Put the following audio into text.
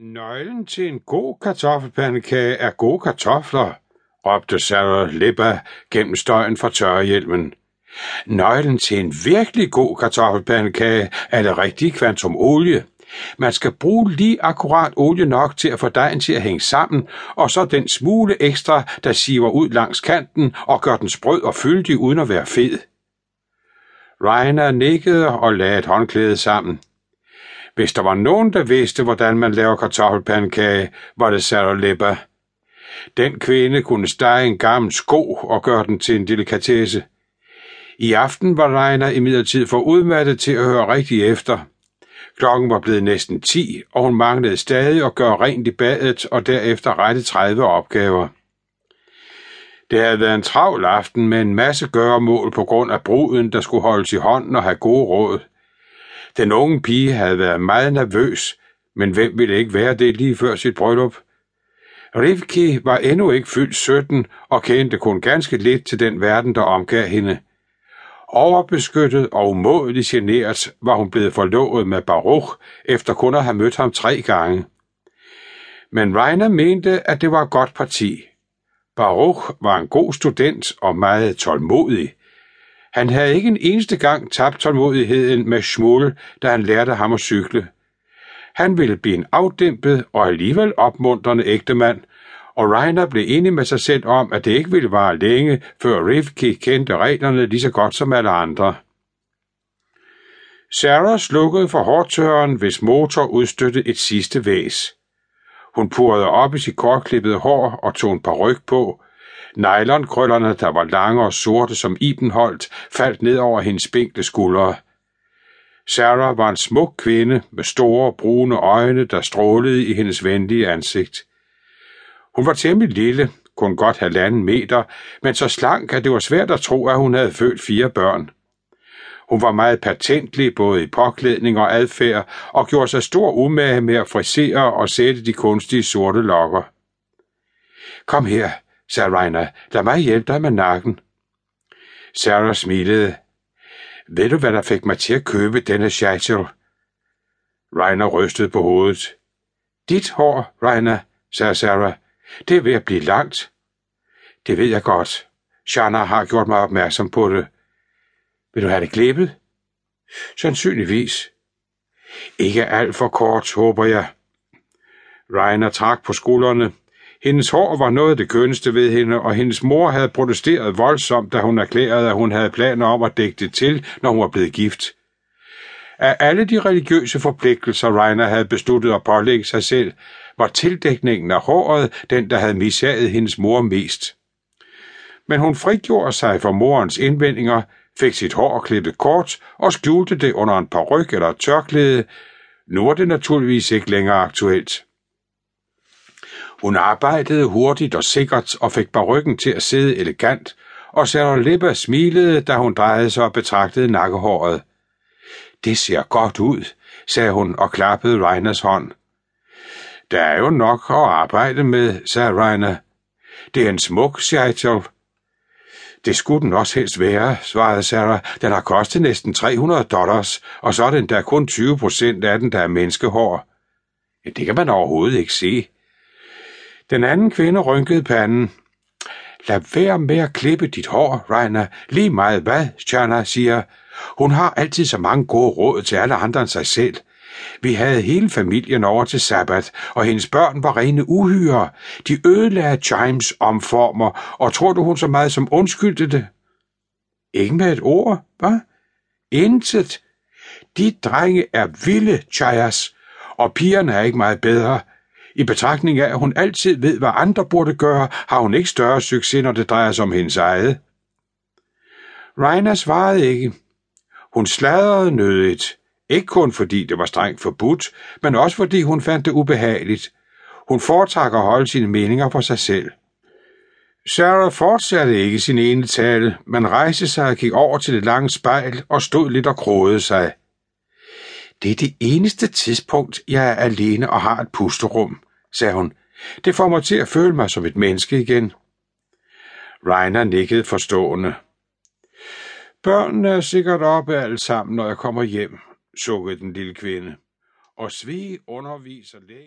Nøglen til en god kartoffelpandekage er gode kartofler, råbte Sarah Lipper gennem støjen fra tørrehjelmen. Nøglen til en virkelig god kartoffelpandekage er det rigtige kvantum olie. Man skal bruge lige akkurat olie nok til at få dejen til at hænge sammen, og så den smule ekstra, der siver ud langs kanten og gør den sprød og fyldig uden at være fed. Rainer nikkede og lagde et håndklæde sammen. Hvis der var nogen, der vidste, hvordan man laver kartoffelpandekage, var det Sarah Lipper. Den kvinde kunne stege en gammel sko og gøre den til en delikatesse. I aften var Rainer imidlertid for udmattet til at høre rigtig efter. Klokken var blevet næsten 10, og hun manglede stadig at gøre rent i badet og derefter rette 30 opgaver. Det havde været en travl aften med en masse gøremål på grund af bruden, der skulle holdes i hånden og have gode råd. Den unge pige havde været meget nervøs, men hvem ville ikke være det lige før sit bryllup? Rivki var endnu ikke fyldt 17 og kendte kun ganske lidt til den verden, der omgav hende. Overbeskyttet og umådeligt genert var hun blevet forlovet med Baruch, efter kun at have mødt ham 3 gange. Men Rainer mente, at det var et godt parti. Baruch var en god student og meget tålmodig. Han havde ikke en eneste gang tabt tålmodigheden med Schmuel, da han lærte ham at cykle. Han ville blive en afdæmpet og alligevel opmuntrende ægtemand, og Rainer blev enig med sig selv om, at det ikke ville vare længe, før Rivki kendte reglerne lige så godt som alle andre. Sarah slukkede for hårtørren, hvis motor udstødte et sidste hvæs. Hun purrede op i sit kortklippede hår og tog en paryk på. Nylonkrøllerne, der var lange og sorte som ibenholt, faldt ned over hendes spinkle skuldre. Sarah var en smuk kvinde med store, brune øjne, der strålede i hendes venlige ansigt. Hun var temmelig lille, kun godt 1,5 meter, men så slank, at det var svært at tro, at hun havde født 4 børn. Hun var meget patentlig både i påklædning og adfærd, og gjorde sig stor umage med at frisere og sætte de kunstige sorte lokker. Kom her, sagde Rainer. Lad mig hjælpe dig med nakken. Sarah smilede. Ved du, hvad der fik mig til at købe denne schachtel? Rainer rystede på hovedet. Dit hår, Rainer, sagde Sarah. Det er ved at blive langt. Det ved jeg godt. Shanna har gjort mig opmærksom på det. Vil du have det klippet? Sandsynligvis. Ikke alt for kort, håber jeg. Rainer trak på skuldrene. Hendes hår var noget af det kønneste ved hende, og hendes mor havde protesteret voldsomt, da hun erklærede, at hun havde planer om at dække det til, når hun var blevet gift. Af alle de religiøse forpligtelser, Rainer havde besluttet at pålægge sig selv, var tildækningen af håret den, der havde mishaget hendes mor mest. Men hun frigjorde sig fra morens indvendinger, fik sit hår klippet kort og skjulte det under en paryk eller et tørklæde. Nu var det naturligvis ikke længere aktuelt. Hun arbejdede hurtigt og sikkert og fik parykken til at sidde elegant, og Sarah Lipper smilede, da hun drejede sig og betragtede nakkehåret. Det ser godt ud, sagde hun og klappede Rainers hånd. Der er jo nok at arbejde med, sagde Rainer. Det er en smuk schachtel. Det skulle den også helst være, svarede Sarah. Den har kostet næsten $300, og så er den der kun 20% af den, der er menneskehår. Ja, det kan man overhovedet ikke se. Den anden kvinde rynkede panden. Lad være med at klippe dit hår, Rainer. Lige meget hvad, Shanna siger. Hun har altid så mange gode råd til alle andre end sig selv. Vi havde hele familien over til sabbat, og hendes børn var rene uhyrer. De ødelagde Chimes omformer, og tror du hun så meget som undskyldte det? Ikke med et ord, hva? Intet. De drenge er vilde, Chayas, og pigerne er ikke meget bedre. I betragtning af, at hun altid ved, hvad andre burde gøre, har hun ikke større succes, når det drejer sig om hendes eget. Rainer svarede ikke. Hun sladrede nødigt. Ikke kun fordi det var strengt forbudt, men også fordi hun fandt det ubehageligt. Hun foretrak at holde sine meninger for sig selv. Sarah fortsatte ikke sin ene tale, men rejste sig og gik over til det lange spejl og stod lidt og krogede sig. Det er det eneste tidspunkt, jeg er alene og har et pusterum, sagde hun. Det får mig til at føle mig som et menneske igen. Rainer nikkede forstående. Børnene er sikkert oppe alle sammen, når jeg kommer hjem, sukkede den lille kvinde. Og Svig underviser længe.